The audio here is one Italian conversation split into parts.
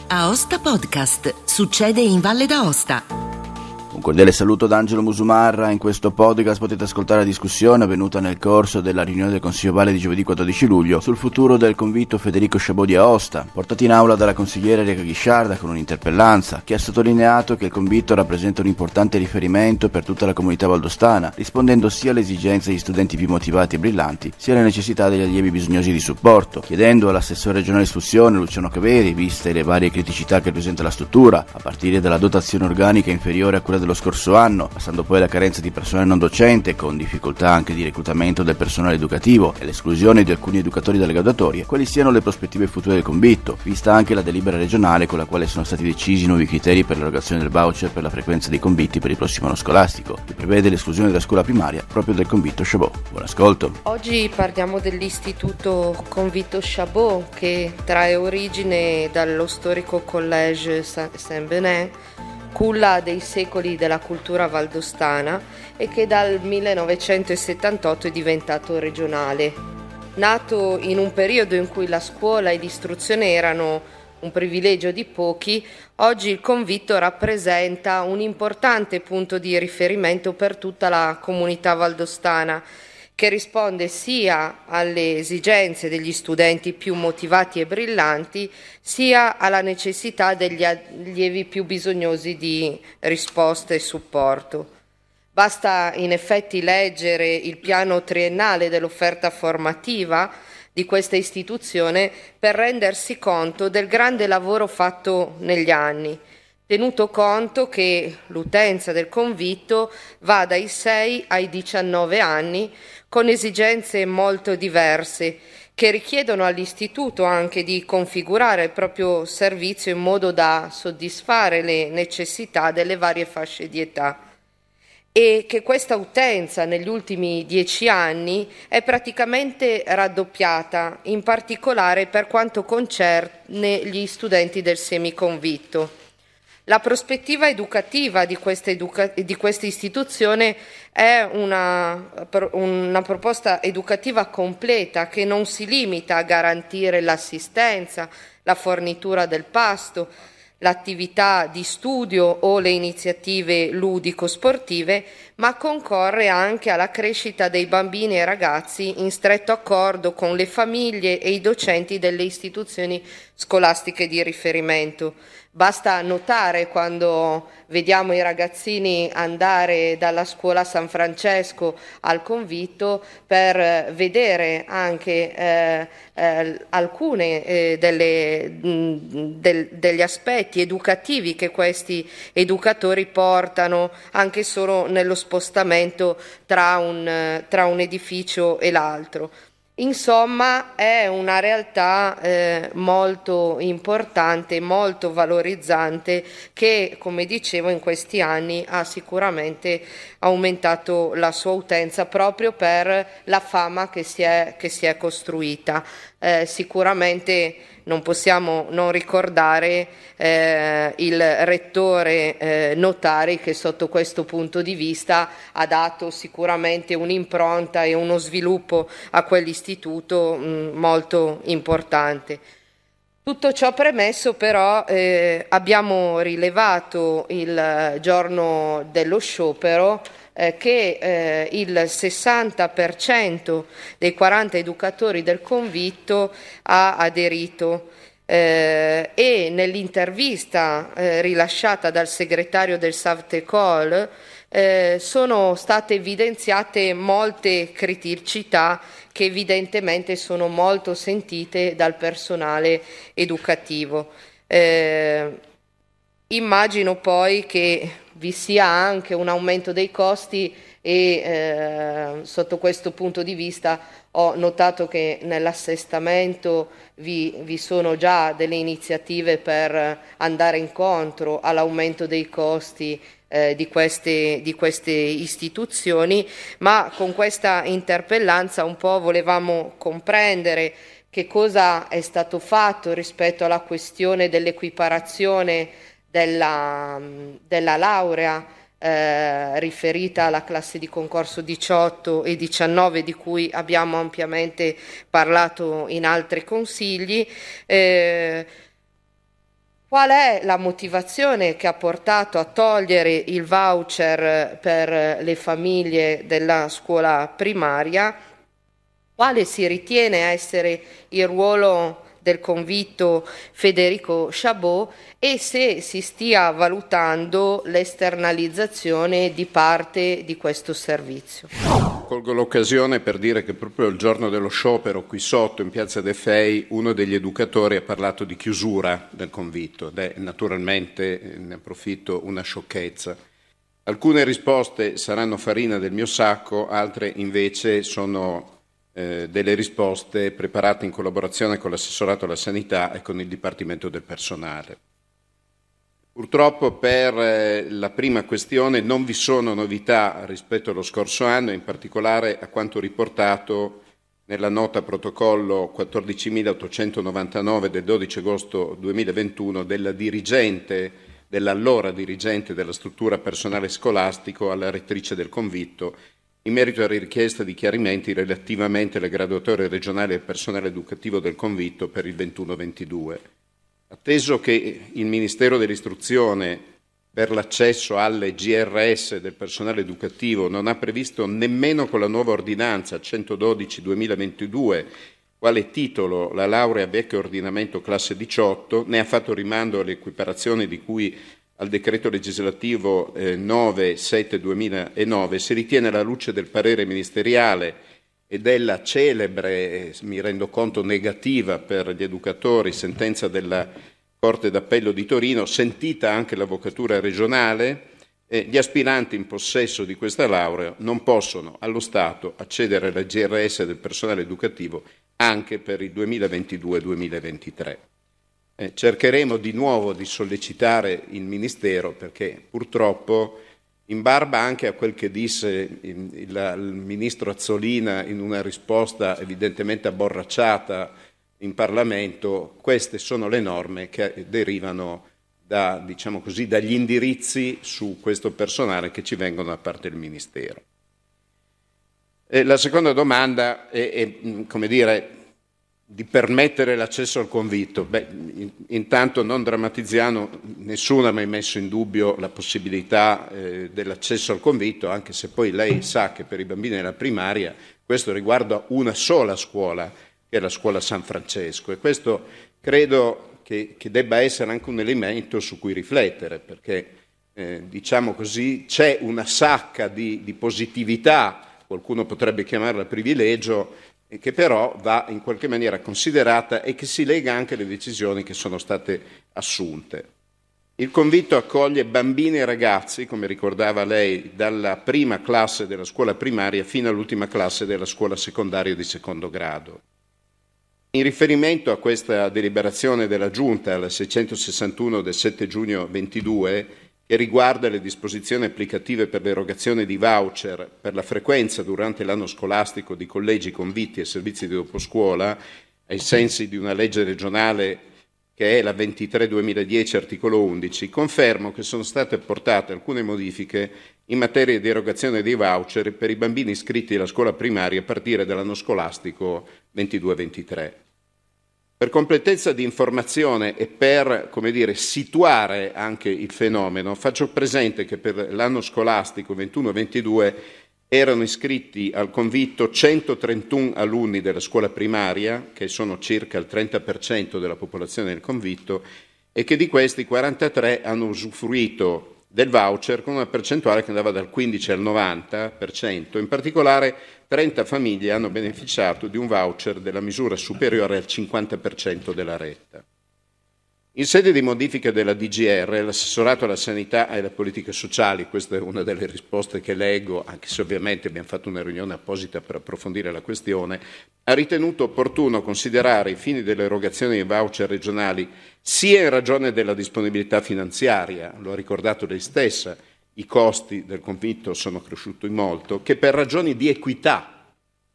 Aosta Podcast. Succede in Valle d'Aosta. Un cordiale saluto da Angelo Musumarra. In questo podcast potete ascoltare la discussione avvenuta nel corso della riunione del Consiglio Valle di giovedì 14 luglio sul futuro del convitto Federico Chabot di Aosta, portato in aula dalla consigliera Enrica Ghisciarda con un'interpellanza che ha sottolineato che il convitto rappresenta un importante riferimento per tutta la comunità valdostana, rispondendo sia alle esigenze degli studenti più motivati e brillanti, sia alle necessità degli allievi bisognosi di supporto, chiedendo all'assessore regionale istruzione Luciano Caveri, viste le varie criticità che presenta la struttura, a partire dalla dotazione organica inferiore a quella dello scorso anno, passando poi alla carenza di personale non docente, con difficoltà anche di reclutamento del personale educativo e l'esclusione di alcuni educatori dalle graduatorie, quali siano le prospettive future del convitto, vista anche la delibera regionale con la quale sono stati decisi nuovi criteri per l'erogazione del voucher per la frequenza dei convitti per il prossimo anno scolastico, che prevede l'esclusione dalla scuola primaria proprio del convitto Chabot. Buon ascolto. Oggi parliamo dell'istituto Convitto Chabot, che trae origine dallo storico Collège Saint-Benin, culla dei secoli della cultura valdostana, e che dal 1978 è diventato regionale. Nato in un periodo in cui la scuola e l'istruzione erano un privilegio di pochi, oggi il convitto rappresenta un importante punto di riferimento per tutta la comunità valdostana, che risponde sia alle esigenze degli studenti più motivati e brillanti, sia alla necessità degli allievi più bisognosi di risposte e supporto. Basta in effetti leggere il piano triennale dell'offerta formativa di questa istituzione per rendersi conto del grande lavoro fatto negli anni, tenuto conto che l'utenza del convitto va dai 6 ai 19 anni, con esigenze molto diverse, che richiedono all'istituto anche di configurare il proprio servizio in modo da soddisfare le necessità delle varie fasce di età, e che questa utenza negli ultimi 10 anni è praticamente raddoppiata, in particolare per quanto concerne gli studenti del semiconvitto. La prospettiva educativa di questa istituzione è una proposta educativa completa che non si limita a garantire l'assistenza, la fornitura del pasto, l'attività di studio o le iniziative ludico-sportive, ma concorre anche alla crescita dei bambini e ragazzi in stretto accordo con le famiglie e i docenti delle istituzioni scolastiche di riferimento. Basta notare, quando vediamo i ragazzini andare dalla scuola San Francesco al convitto, per vedere anche alcune degli aspetti educativi che questi educatori portano anche solo nello spostamento tra un edificio e l'altro. Insomma, è una realtà molto importante, molto valorizzante, che, come dicevo, in questi anni ha sicuramente aumentato la sua utenza proprio per la fama che si è costruita. Sicuramente non possiamo non ricordare il rettore Notari, che sotto questo punto di vista ha dato sicuramente un'impronta e uno sviluppo a quell'istituto molto importante. Tutto ciò premesso, però, abbiamo rilevato il giorno dello sciopero che il 60% dei 40 educatori del convitto ha aderito, e nell'intervista rilasciata dal segretario del Savtecol sono state evidenziate molte criticità che evidentemente sono molto sentite dal personale educativo. Immagino poi che vi sia anche un aumento dei costi e sotto questo punto di vista ho notato che nell'assestamento vi sono già delle iniziative per andare incontro all'aumento dei costi di queste istituzioni, ma con questa interpellanza un po' volevamo comprendere che cosa è stato fatto rispetto alla questione dell'equiparazione della laurea riferita alla classe di concorso 18 e 19, di cui abbiamo ampiamente parlato in altri consigli. Qual è la motivazione che ha portato a togliere il voucher per le famiglie della scuola primaria? Quale si ritiene essere il ruolo del convitto Federico Chabot e se si stia valutando l'esternalizzazione di parte di questo servizio. Colgo l'occasione per dire che proprio il giorno dello sciopero qui sotto in Piazza dei Fei uno degli educatori ha parlato di chiusura del convitto ed è naturalmente, ne approfitto, una sciocchezza. Alcune risposte saranno farina del mio sacco, altre invece sono delle risposte preparate in collaborazione con l'assessorato alla sanità e con il Dipartimento del Personale. Purtroppo per la prima questione non vi sono novità rispetto allo scorso anno, in particolare a quanto riportato nella nota protocollo 14.899 del 12 agosto 2021 dell'allora dirigente della struttura personale scolastico alla rettrice del convitto in merito alla richiesta di chiarimenti relativamente alle graduatorie regionali del personale educativo del convitto per il 21-22. Atteso che il Ministero dell'Istruzione per l'accesso alle GRS del personale educativo non ha previsto nemmeno con la nuova ordinanza 112-2022 quale titolo la laurea Becche Ordinamento classe 18, ne ha fatto rimando alle equiparazioni di cui al decreto legislativo 9/7/2009, si ritiene alla luce del parere ministeriale e della celebre, mi rendo conto, negativa per gli educatori, sentenza della Corte d'Appello di Torino, sentita anche l'Avvocatura regionale, gli aspiranti in possesso di questa laurea non possono allo Stato accedere alla GRS del personale educativo anche per il 2022-2023. Cercheremo di nuovo di sollecitare il Ministero perché purtroppo, in barba anche a quel che disse il Ministro Azzolina in una risposta evidentemente abborracciata in Parlamento, queste sono le norme che derivano dagli indirizzi su questo personale che ci vengono da parte del Ministero. La seconda domanda è di permettere l'accesso al convitto. Intanto non drammatizziamo, nessuno ha mai messo in dubbio la possibilità dell'accesso al convitto, anche se poi lei sa che per i bambini della primaria questo riguarda una sola scuola, che è la scuola San Francesco, e questo credo che debba essere anche un elemento su cui riflettere, perché c'è una sacca di positività, qualcuno potrebbe chiamarla privilegio, che però va in qualche maniera considerata e che si lega anche alle decisioni che sono state assunte. Il convitto accoglie bambini e ragazzi, come ricordava lei, dalla prima classe della scuola primaria fino all'ultima classe della scuola secondaria di secondo grado. In riferimento a questa deliberazione della Giunta, la 661 del 7 giugno 22, che riguarda le disposizioni applicative per l'erogazione di voucher per la frequenza durante l'anno scolastico di collegi, convitti e servizi di doposcuola, ai sensi di una legge regionale che è la 23/2010, articolo 11, confermo che sono state apportate alcune modifiche in materia di erogazione dei voucher per i bambini iscritti alla scuola primaria a partire dall'anno scolastico 22-23. Per completezza di informazione e per, situare anche il fenomeno, faccio presente che per l'anno scolastico 21-22 erano iscritti al convitto 131 alunni della scuola primaria, che sono circa il 30% della popolazione del convitto, e che di questi 43 hanno usufruito del voucher con una percentuale che andava dal 15 al 90%. In particolare 30 famiglie hanno beneficiato di un voucher della misura superiore al 50% della retta. In sede di modifica della DGR, l'assessorato alla sanità e alle politiche sociali, questa è una delle risposte che leggo, anche se ovviamente abbiamo fatto una riunione apposita per approfondire la questione, ha ritenuto opportuno considerare i fini dell'erogazione dei voucher regionali sia in ragione della disponibilità finanziaria, lo ha ricordato lei stessa, i costi del convitto sono cresciuti molto, che per ragioni di equità.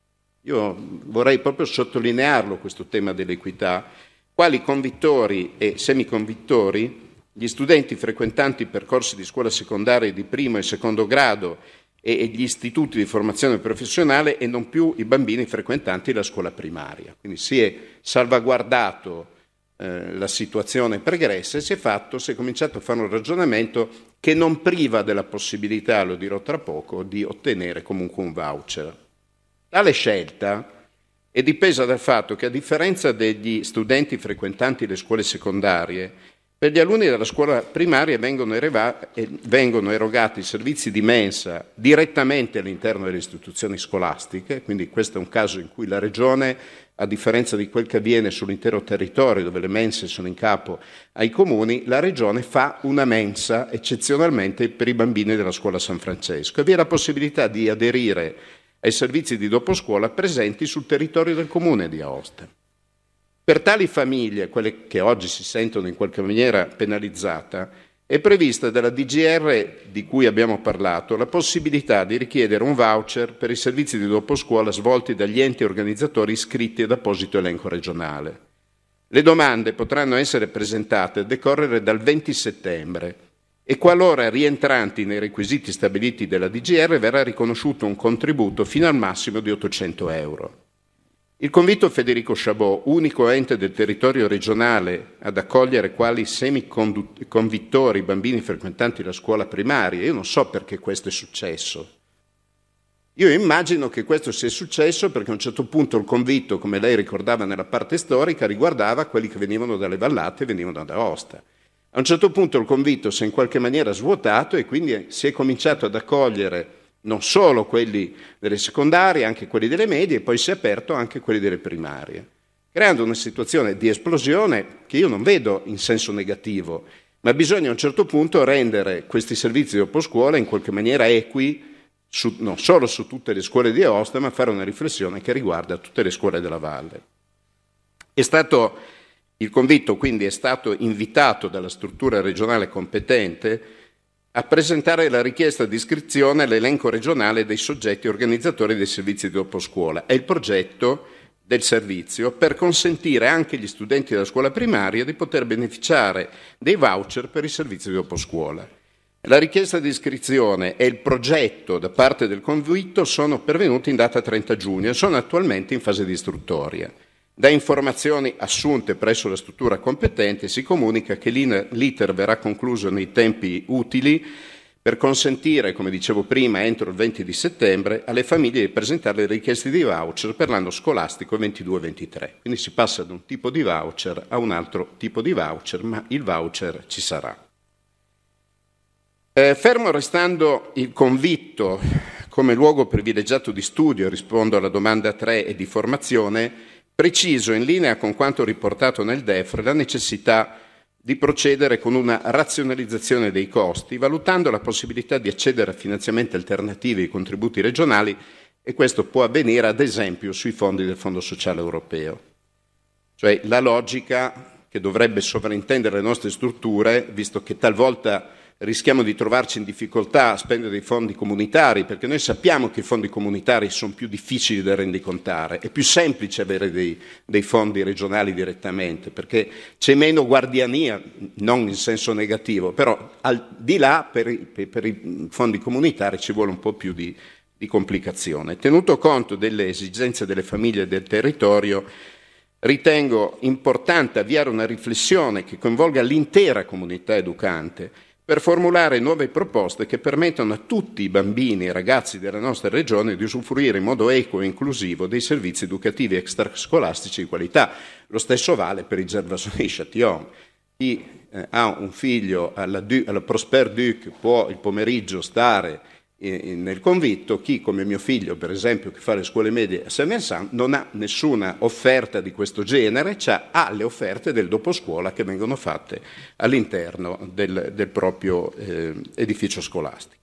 Io vorrei proprio sottolinearlo questo tema dell'equità. Quali convittori e semiconvittori, gli studenti frequentanti i percorsi di scuola secondaria di primo e secondo grado e gli istituti di formazione professionale e non più i bambini frequentanti la scuola primaria. Quindi si è salvaguardato la situazione pregressa e si è cominciato a fare un ragionamento che non priva della possibilità, lo dirò tra poco, di ottenere comunque un voucher. Tale scelta è dipesa dal fatto che, a differenza degli studenti frequentanti le scuole secondarie, per gli alunni della scuola primaria vengono erogati servizi di mensa direttamente all'interno delle istituzioni scolastiche, quindi questo è un caso in cui la Regione, a differenza di quel che avviene sull'intero territorio dove le mense sono in capo ai comuni, la Regione fa una mensa eccezionalmente per i bambini della scuola San Francesco e vi è la possibilità di aderire ai servizi di doposcuola presenti sul territorio del comune di Aosta. Per tali famiglie, quelle che oggi si sentono in qualche maniera penalizzate, è prevista dalla DGR di cui abbiamo parlato la possibilità di richiedere un voucher per i servizi di doposcuola svolti dagli enti organizzatori iscritti ad apposito elenco regionale. Le domande potranno essere presentate a decorrere dal 20 settembre e qualora rientranti nei requisiti stabiliti dalla DGR verrà riconosciuto un contributo fino al massimo di 800 euro. Il convitto Federico Chabot, unico ente del territorio regionale ad accogliere quali semiconvittori bambini frequentanti la scuola primaria, io non so perché questo è successo. Io immagino che questo sia successo perché a un certo punto il convitto, come lei ricordava nella parte storica, riguardava quelli che venivano dalle vallate e venivano da Aosta. A un certo punto il convitto si è in qualche maniera svuotato e quindi si è cominciato ad accogliere non solo quelli delle secondarie, anche quelli delle medie, e poi si è aperto anche quelli delle primarie, creando una situazione di esplosione che io non vedo in senso negativo, ma bisogna a un certo punto rendere questi servizi di doposcuola in qualche maniera equi, non solo su tutte le scuole di Aosta, ma fare una riflessione che riguarda tutte le scuole della valle. Il convitto quindi è stato invitato dalla struttura regionale competente a presentare la richiesta di iscrizione all'elenco regionale dei soggetti organizzatori dei servizi di doposcuola e il progetto del servizio per consentire anche agli studenti della scuola primaria di poter beneficiare dei voucher per i servizi di doposcuola. La richiesta di iscrizione e il progetto da parte del convitto sono pervenuti in data 30 giugno e sono attualmente in fase di istruttoria. Da informazioni assunte presso la struttura competente si comunica che l'iter verrà concluso nei tempi utili per consentire, come dicevo prima, entro il 20 di settembre alle famiglie di presentare le richieste di voucher per l'anno scolastico 22-23. Quindi si passa da un tipo di voucher a un altro tipo di voucher, ma il voucher ci sarà. Fermo restando il convitto come luogo privilegiato di studio, rispondo alla domanda 3 e di formazione, preciso, in linea con quanto riportato nel DEF, la necessità di procedere con una razionalizzazione dei costi, valutando la possibilità di accedere a finanziamenti alternativi ai contributi regionali, e questo può avvenire ad esempio sui fondi del Fondo Sociale Europeo. Cioè la logica che dovrebbe sovrintendere le nostre strutture, visto che talvolta rischiamo di trovarci in difficoltà a spendere i fondi comunitari, perché noi sappiamo che i fondi comunitari sono più difficili da rendicontare, è più semplice avere dei fondi regionali direttamente, perché c'è meno guardiania, non in senso negativo, però al di là per i fondi comunitari ci vuole un po' più di complicazione. Tenuto conto delle esigenze delle famiglie e del territorio, ritengo importante avviare una riflessione che coinvolga l'intera comunità educante per formulare nuove proposte che permettano a tutti i bambini e ragazzi della nostra regione di usufruire in modo equo e inclusivo dei servizi educativi extrascolastici di qualità. Lo stesso vale per i Gervasoni Châtillon. Chi ha un figlio alla Prosper Duc può il pomeriggio stare nel convitto, chi come mio figlio per esempio che fa le scuole medie a Saint-Vincent non ha nessuna offerta di questo genere, ha le offerte del doposcuola che vengono fatte all'interno del proprio edificio scolastico.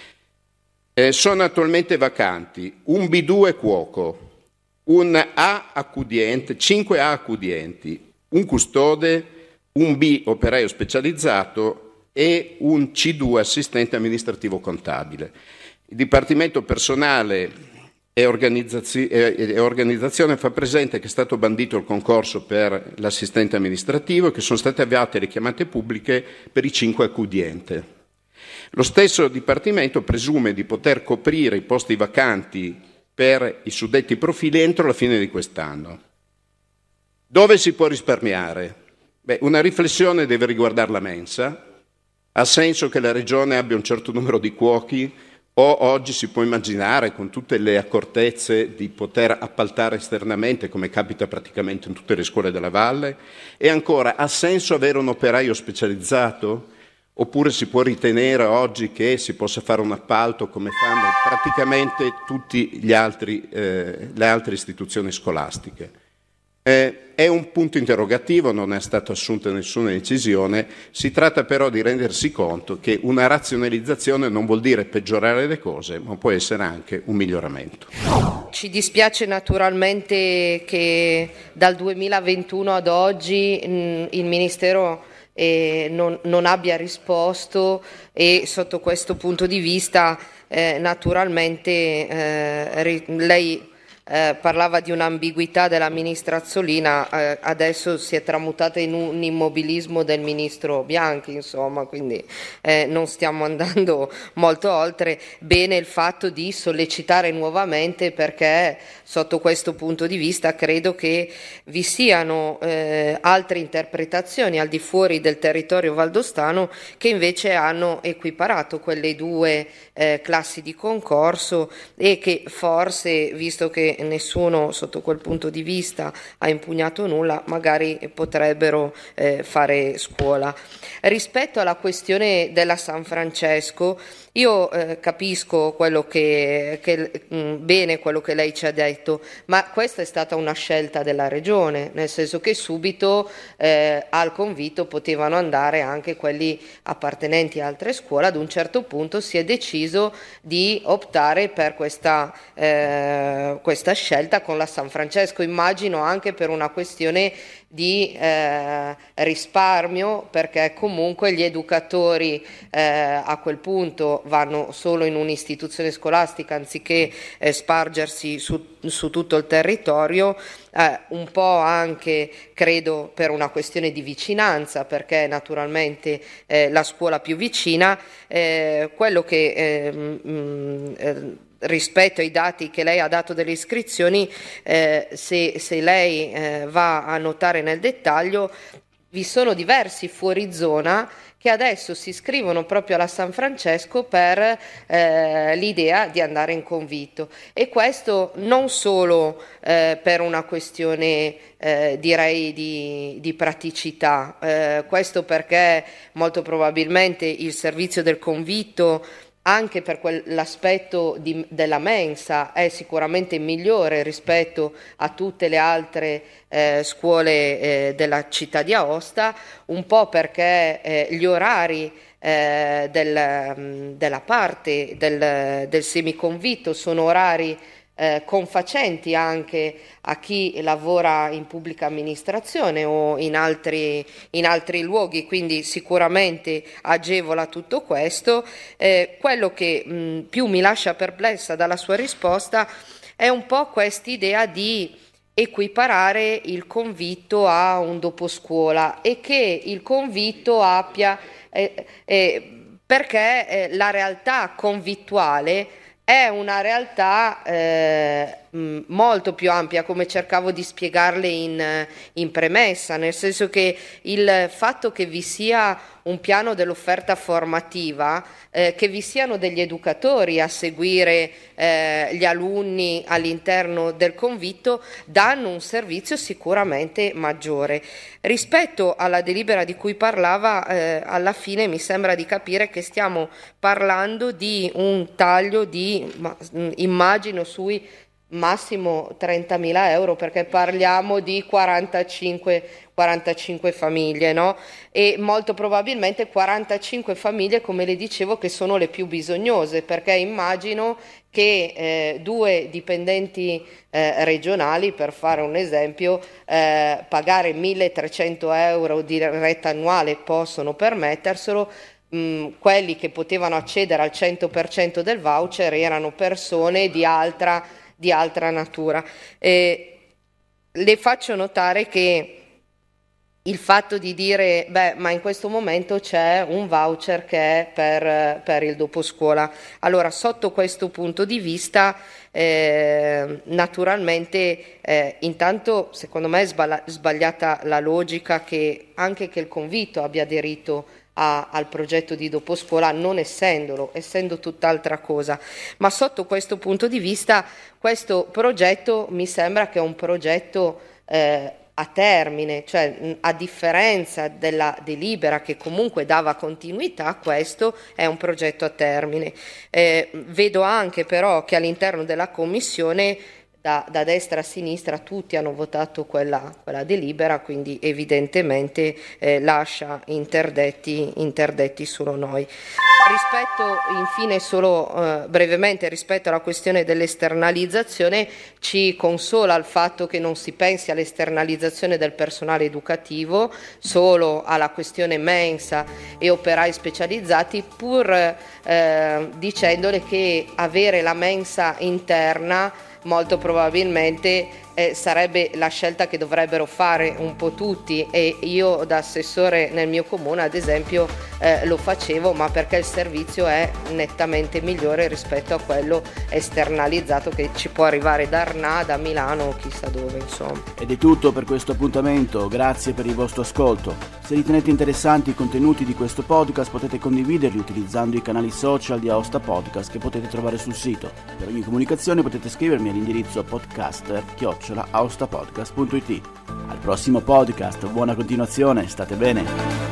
Sono attualmente vacanti un B2 cuoco, un A accudiente, 5 A accudienti, un custode, un B operaio specializzato e un C2 assistente amministrativo contabile. Il Dipartimento Personale e Organizzazione fa presente che è stato bandito il concorso per l'assistente amministrativo e che sono state avviate le chiamate pubbliche per i 5 accudienti. Lo stesso Dipartimento presume di poter coprire i posti vacanti per i suddetti profili entro la fine di quest'anno. Dove si può risparmiare? Una riflessione deve riguardare la mensa. Ha senso che la Regione abbia un certo numero di cuochi, o oggi si può immaginare, con tutte le accortezze, di poter appaltare esternamente, come capita praticamente in tutte le scuole della Valle? E ancora, ha senso avere un operaio specializzato? Oppure si può ritenere oggi che si possa fare un appalto come fanno praticamente tutte le altre istituzioni scolastiche? È un punto interrogativo, non è stata assunta nessuna decisione. Si tratta però di rendersi conto che una razionalizzazione non vuol dire peggiorare le cose, ma può essere anche un miglioramento. Ci dispiace naturalmente che dal 2021 ad oggi il Ministero non abbia risposto, e sotto questo punto di vista naturalmente lei parlava di un'ambiguità della ministra Azzolina, adesso si è tramutata in un immobilismo del ministro Bianchi, insomma, quindi non stiamo andando molto oltre. Bene il fatto di sollecitare nuovamente, perché sotto questo punto di vista credo che vi siano altre interpretazioni al di fuori del territorio valdostano che invece hanno equiparato quelle due classi di concorso, e che forse, visto che nessuno sotto quel punto di vista ha impugnato nulla, magari potrebbero fare scuola. Rispetto alla questione della San Francesco, io capisco bene quello che lei ci ha detto, ma questa è stata una scelta della Regione, nel senso che subito al convito potevano andare anche quelli appartenenti a altre scuole. Ad un certo punto si è deciso di optare per questa scelta con la San Francesco, immagino anche per una questione di risparmio, perché comunque gli educatori a quel punto vanno solo in un'istituzione scolastica anziché spargersi su tutto il territorio, un po' anche credo per una questione di vicinanza, perché naturalmente la scuola più vicina, quello che rispetto ai dati che lei ha dato delle iscrizioni, se lei va a notare nel dettaglio, vi sono diversi fuori zona che adesso si iscrivono proprio alla San Francesco per l'idea di andare in convitto, e questo non solo per una questione direi di praticità, questo perché molto probabilmente il servizio del convitto, anche per quell'aspetto della mensa, è sicuramente migliore rispetto a tutte le altre scuole della città di Aosta, un po' perché gli orari della parte del semiconvitto sono orari confacenti anche a chi lavora in pubblica amministrazione o in altri luoghi, quindi sicuramente agevola tutto questo. Quello che più mi lascia perplessa dalla sua risposta è un po' quest'idea di equiparare il convitto a un doposcuola, e che il convitto abbia perché la realtà convittuale è una realtà molto più ampia, come cercavo di spiegarle in premessa, nel senso che il fatto che vi sia un piano dell'offerta formativa, che vi siano degli educatori a seguire gli alunni all'interno del convitto, danno un servizio sicuramente maggiore. Rispetto alla delibera di cui parlava, alla fine mi sembra di capire che stiamo parlando di un taglio immagino sui massimo 30.000 euro, perché parliamo di 45 famiglie, no? E molto probabilmente 45 famiglie, come le dicevo, che sono le più bisognose, perché immagino che due dipendenti regionali, per fare un esempio, pagare 1.300 euro di retta annuale possono permetterselo. Quelli che potevano accedere al 100% del voucher erano persone di altra natura. Le faccio notare che il fatto di dire, ma in questo momento c'è un voucher che è per il doposcuola. Allora, sotto questo punto di vista, naturalmente, intanto, secondo me è sbagliata la logica che anche che il convitto abbia aderito al progetto di doposcuola, non essendolo, essendo tutt'altra cosa. Ma sotto questo punto di vista, questo progetto mi sembra che è un progetto a termine, cioè a differenza della delibera che comunque dava continuità, questo è un progetto a termine. Vedo anche però che all'interno della commissione da destra a sinistra tutti hanno votato quella delibera, quindi evidentemente lascia interdetti solo noi. Rispetto, infine, solo brevemente, rispetto alla questione dell'esternalizzazione, ci consola il fatto che non si pensi all'esternalizzazione del personale educativo, solo alla questione mensa e operai specializzati, pur dicendole che avere la mensa interna molto probabilmente sarebbe la scelta che dovrebbero fare un po' tutti, e io da assessore nel mio comune ad esempio lo facevo, ma perché il servizio è nettamente migliore rispetto a quello esternalizzato che ci può arrivare da Arnà, da Milano o chissà dove, insomma. Ed è tutto per questo appuntamento, grazie per il vostro ascolto. Se ritenete interessanti i contenuti di questo podcast potete condividerli utilizzando i canali social di Aosta Podcast che potete trovare sul sito. Per ogni comunicazione potete scrivermi all'indirizzo podcaster@aostapodcast.it. Al prossimo podcast, buona continuazione, state bene!